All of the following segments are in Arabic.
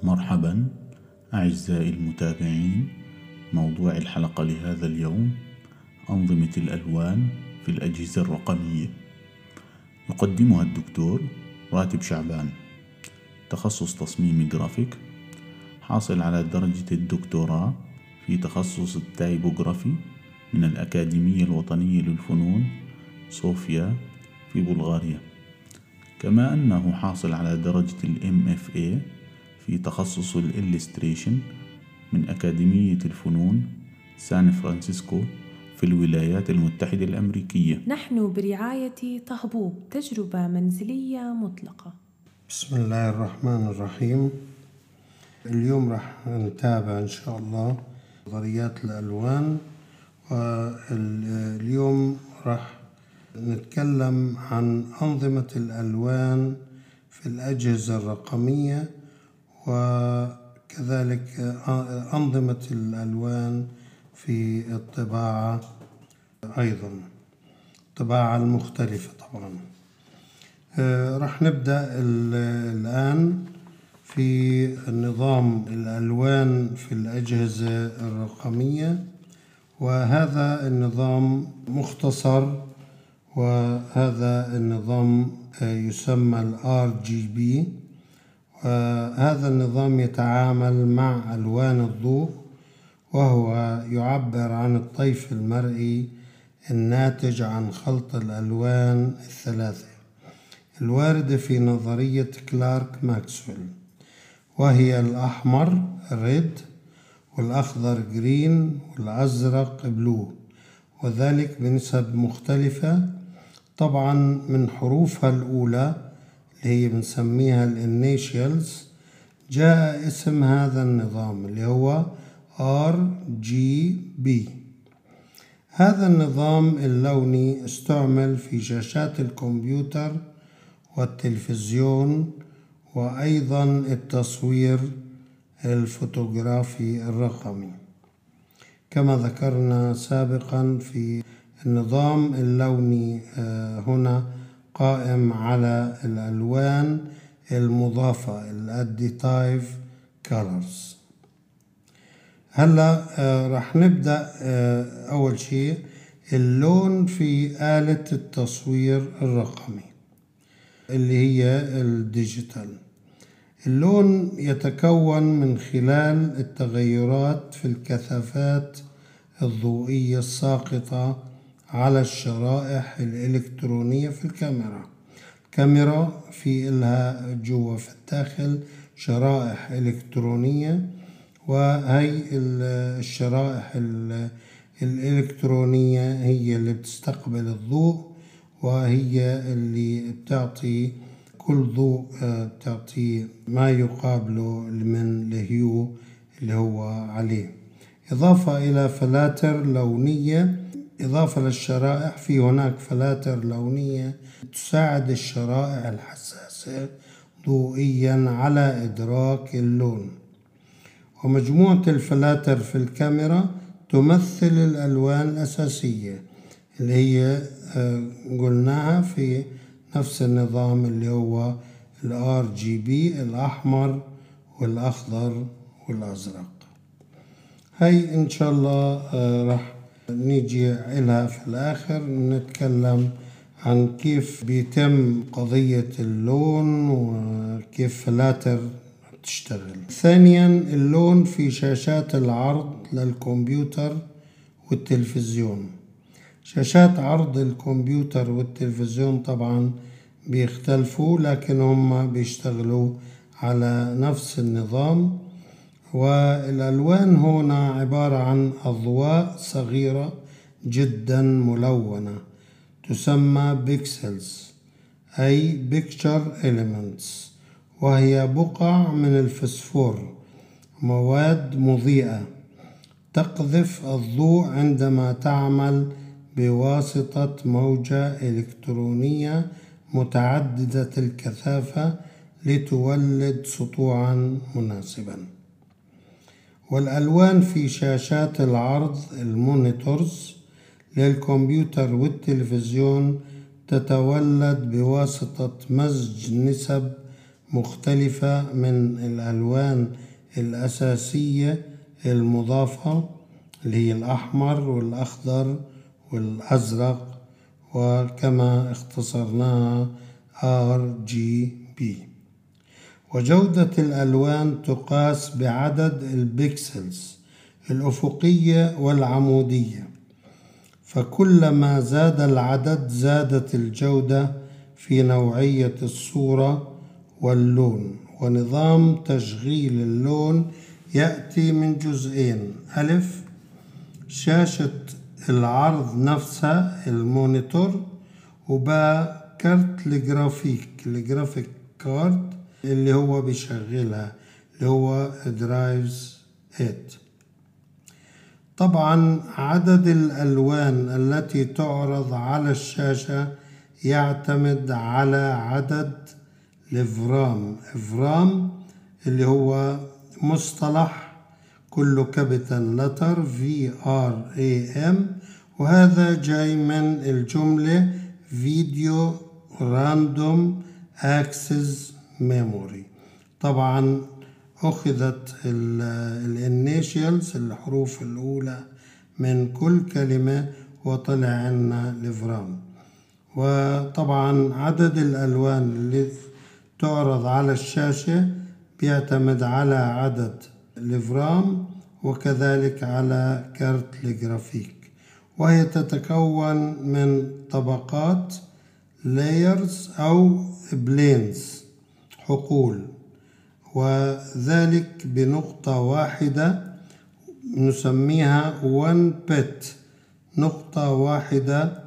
مرحبا أعزائي المتابعين. موضوع الحلقة لهذا اليوم: أنظمة الألوان في الأجهزة الرقمية. يقدمها الدكتور راتب شعبان، تخصص تصميم جرافيك، حاصل على درجة الدكتوراه في تخصص التايبوغرافي من الأكاديمية الوطنية للفنون صوفيا في بلغاريا، كما أنه حاصل على درجة MFA في تخصص الإلستريشن من أكاديمية الفنون سان فرانسيسكو في الولايات المتحدة الأمريكية. نحن برعاية طهبوب، تجربة منزلية مطلقة. بسم الله الرحمن الرحيم. اليوم راح نتابع إن شاء الله نظريات الألوان، واليوم راح نتكلم عن أنظمة الألوان في الأجهزة الرقمية، وكذلك أنظمة الألوان في الطباعة أيضا، الطباعة المختلفة طبعا. راح نبدأ الآن في نظام الألوان في الأجهزة الرقمية، وهذا النظام مختصر، وهذا النظام يسمى RGB. وهذا النظام يتعامل مع ألوان الضوء، وهو يعبر عن الطيف المرئي الناتج عن خلط الألوان الثلاثة الواردة في نظرية كلارك ماكسويل، وهي الأحمر ريد، والأخضر جرين، والأزرق بلو، وذلك بنسب مختلفة طبعا من حروفها الأولى اللي هي بنسميها الانيشيالز. جاء اسم هذا النظام اللي هو RGB. هذا النظام اللوني استعمل في شاشات الكمبيوتر والتلفزيون، وأيضا التصوير الفوتوغرافي الرقمي. كما ذكرنا سابقا، في النظام اللوني هنا قائم على الألوان المضافة الأديتايف كولرز. هلا راح نبدأ أول شيء اللون في آلة التصوير الرقمي اللي هي الديجيتال. اللون يتكون من خلال التغيرات في الكثافات الضوئية الساقطة على الشرائح الإلكترونية في الكاميرا. الكاميرا في إلها جوا في الداخل شرائح إلكترونية، وهي الشرائح الإلكترونية هي اللي بتستقبل الضوء، وهي اللي بتعطي كل ضوء بتعطي ما يقابله من الهيو اللي هو عليه، إضافة إلى فلاتر لونية. إضافة للشرائح، في هناك فلاتر لونية تساعد الشرائح الحساسة ضوئيا على إدراك اللون. ومجموعة الفلاتر في الكاميرا تمثل الألوان الأساسية اللي هي قلناها في نفس النظام اللي هو RGB، الأحمر والأخضر والأزرق. هاي إن شاء الله راح نيجي إلها في الآخر، نتكلم عن كيف بيتم قضية اللون وكيف فلاتر تشتغل. ثانيا، اللون في شاشات العرض للكمبيوتر والتلفزيون. شاشات عرض الكمبيوتر والتلفزيون طبعا بيختلفوا، لكن هم بيشتغلوا على نفس النظام. والألوان هنا عبارة عن أضواء صغيرة جدا ملونة تسمى بيكسلز، أي بيكتشر إليمنتس، وهي بقع من الفسفور، مواد مضيئة تقذف الضوء عندما تعمل بواسطة موجة إلكترونية متعددة الكثافة لتولد سطوعا مناسبا. والألوان في شاشات العرض المونيتورز للكمبيوتر والتلفزيون تتولد بواسطة مزج نسب مختلفة من الألوان الأساسية المضافة اللي هي الأحمر والأخضر والأزرق، وكما اختصرناها RGB. وجودة الألوان تقاس بعدد البيكسلز الأفقية والعمودية، فكلما زاد العدد زادت الجودة في نوعية الصورة واللون. ونظام تشغيل اللون يأتي من جزئين: ألف، شاشة العرض نفسها المونيتور، وباء كارت الجرافيك كارد اللي هو بيشغلها اللي هو درايفز 8. طبعا عدد الألوان التي تعرض على الشاشة يعتمد على عدد الفرام اللي هو مصطلح كله كابيتال لتر VRAM، وهذا جاي من الجملة فيديو راندوم اكسس ميموري. طبعا أخذت الانيشيالز الحروف الأولى من كل كلمة وطلع عنا الفرام. وطبعا عدد الألوان اللي تعرض على الشاشة بيعتمد على عدد الفرام وكذلك على كارت الجرافيك، وهي تتكون من طبقات layers أو planes حقول، وذلك بنقطة واحدة نسميها one bit، نقطة واحدة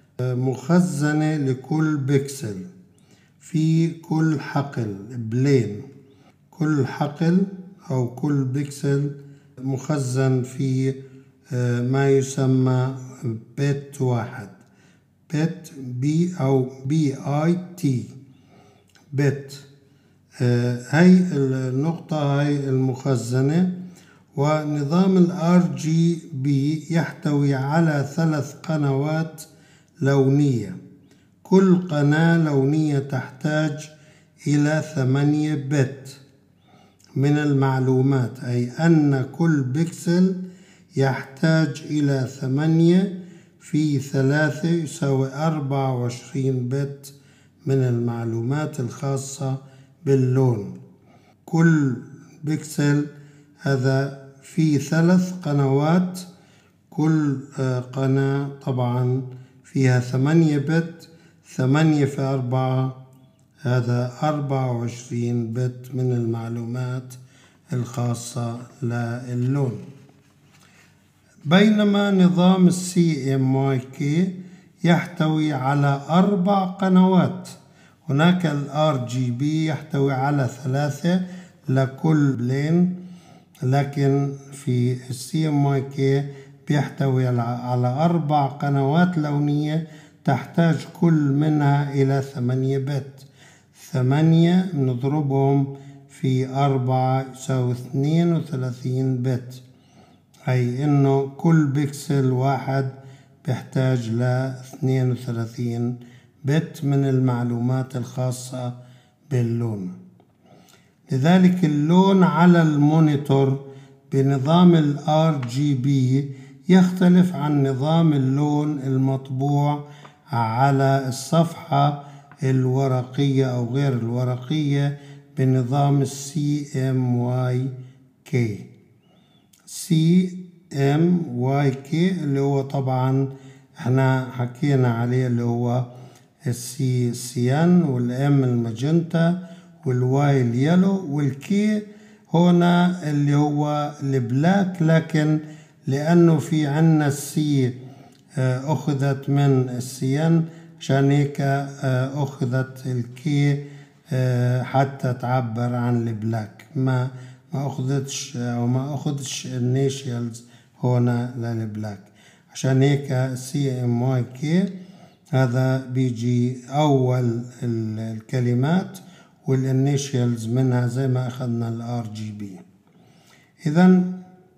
مخزنة لكل بيكسل في كل حقل بلين. كل حقل أو كل بيكسل مخزن في ما يسمى بت واحد، بت بي أو BIT بت. هاي النقطة هاي المخزنة. ونظام RGB يحتوي على 3 قنوات لونية، كل قناة لونية تحتاج إلى 8 بت من المعلومات، أي أن كل بيكسل يحتاج إلى 8 في 3 يساوي 24 بت من المعلومات الخاصة باللون. كل بيكسل هذا في 3 قنوات، كل قناة طبعا فيها 8 بت، 8 في 4 هذا 24 بت من المعلومات الخاصة للون. بينما نظام CMYK يحتوي على 4 قنوات. هناك RGB يحتوي على 3 لكل بلين، لكن في CMYK بيحتوي على 4 قنوات لونية تحتاج كل منها إلى 8 بت. 8 نضربهم في 4 يساوي 32 بت، أي إنه كل بيكسل واحد بيحتاج ل 32 بت من المعلومات الخاصة باللون. لذلك اللون على المونيتور بنظام ال RGB يختلف عن نظام اللون المطبوع على الصفحة الورقية أو غير الورقية بنظام CMYK. CMYK اللي هو طبعا احنا حكينا عليه اللي هو السي سيان، والام الماجنتا، والواي اليلو، والكي هنا اللي هو البلاك، لكن لأنه في عنا السي أخذت من السيان عشان هيك أخذت الكي حتى تعبر عن البلاك. ما أخذتش أو ما أخذتش النيشيالز هنا للبلاك، عشان هيك CMYK هذا بيجي أول الكلمات والانيشيالز منها زي ما أخذنا ال RGB. إذن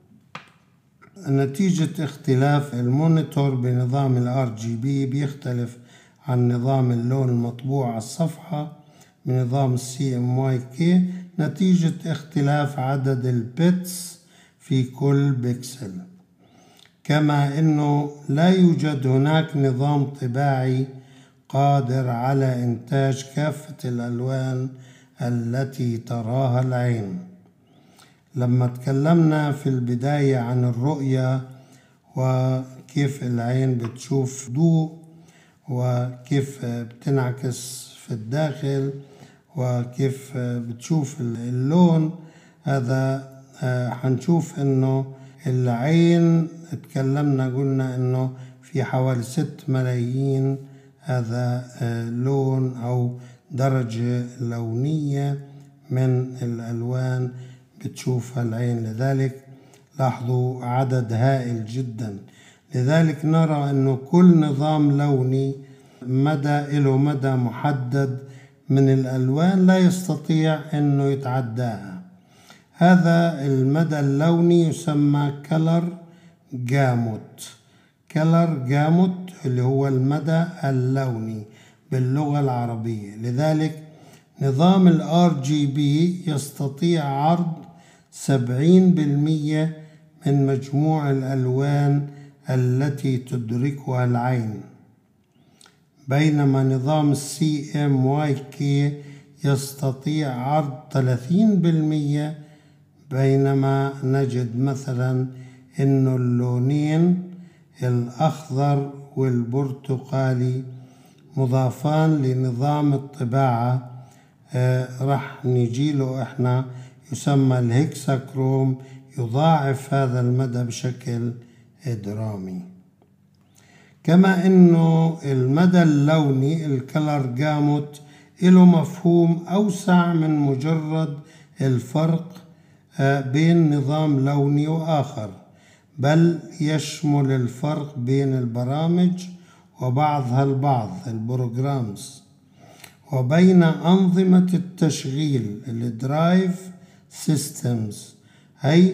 نتيجة اختلاف المونيتور بنظام ال RGB بيختلف عن نظام اللون المطبوع على الصفحة بنظام CMYK نتيجة اختلاف عدد البيتس في كل بكسل. كما أنه لا يوجد هناك نظام طباعي قادر على إنتاج كافة الألوان التي تراها العين. لما تكلمنا في البداية عن الرؤية وكيف العين بتشوف ضوء وكيف بتنعكس في الداخل وكيف بتشوف اللون، هذا حنشوف انه العين تكلمنا قلنا انه في حوالي 6 ملايين هذا لون او درجة لونية من الألوان بتشوفها العين. لذلك لاحظوا عدد هائل جدا. لذلك نرى أنه كل نظام لوني له مدى محدد من الألوان لا يستطيع أنه يتعداها. هذا المدى اللوني يسمى color gamut اللي هو المدى اللوني باللغة العربية. لذلك نظام ال RGB يستطيع عرض 70% من مجموع الألوان التي تدركها العين، بينما نظام CMYK يستطيع عرض 30%، بينما نجد مثلا إنه اللونين الأخضر والبرتقالي مضافان لنظام الطباعة راح نجيله احنا يسمى الهكساكروم، يضاعف هذا المدى بشكل إدرامي. كما انه المدى اللوني الكلر جاموت له مفهوم اوسع من مجرد الفرق بين نظام لوني واخر، بل يشمل الفرق بين البرامج وبعضها البعض البروجرامز، وبين أنظمة التشغيل الدرايف سيستمز، هي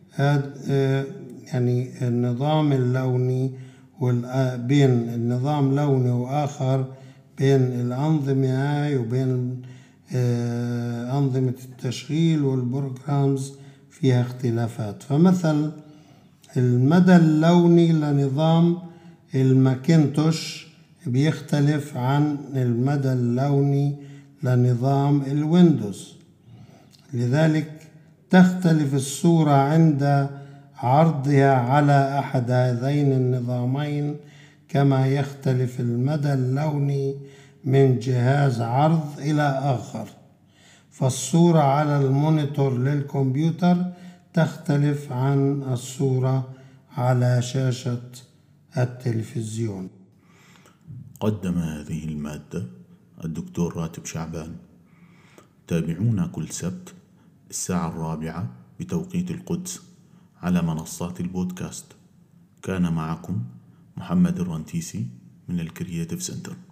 يعني النظام اللوني بين النظام لوني وآخر، بين الأنظمة هاي وبين أنظمة التشغيل والبروجرامز فيها اختلافات. فمثل المدى اللوني لنظام الماكنتوش بيختلف عن المدى اللوني لنظام الويندوز. لذلك تختلف الصورة عند عرضها على أحد هذين النظامين، كما يختلف المدى اللوني من جهاز عرض إلى آخر. فالصورة على المونيتور للكمبيوتر تختلف عن الصورة على شاشة التلفزيون. قدم هذه المادة الدكتور راتب شعبان. تابعونا كل سبت 4:00 بتوقيت القدس على منصات البودكاست. كان معكم محمد الرنتيسي من الكرياتيف سنتر.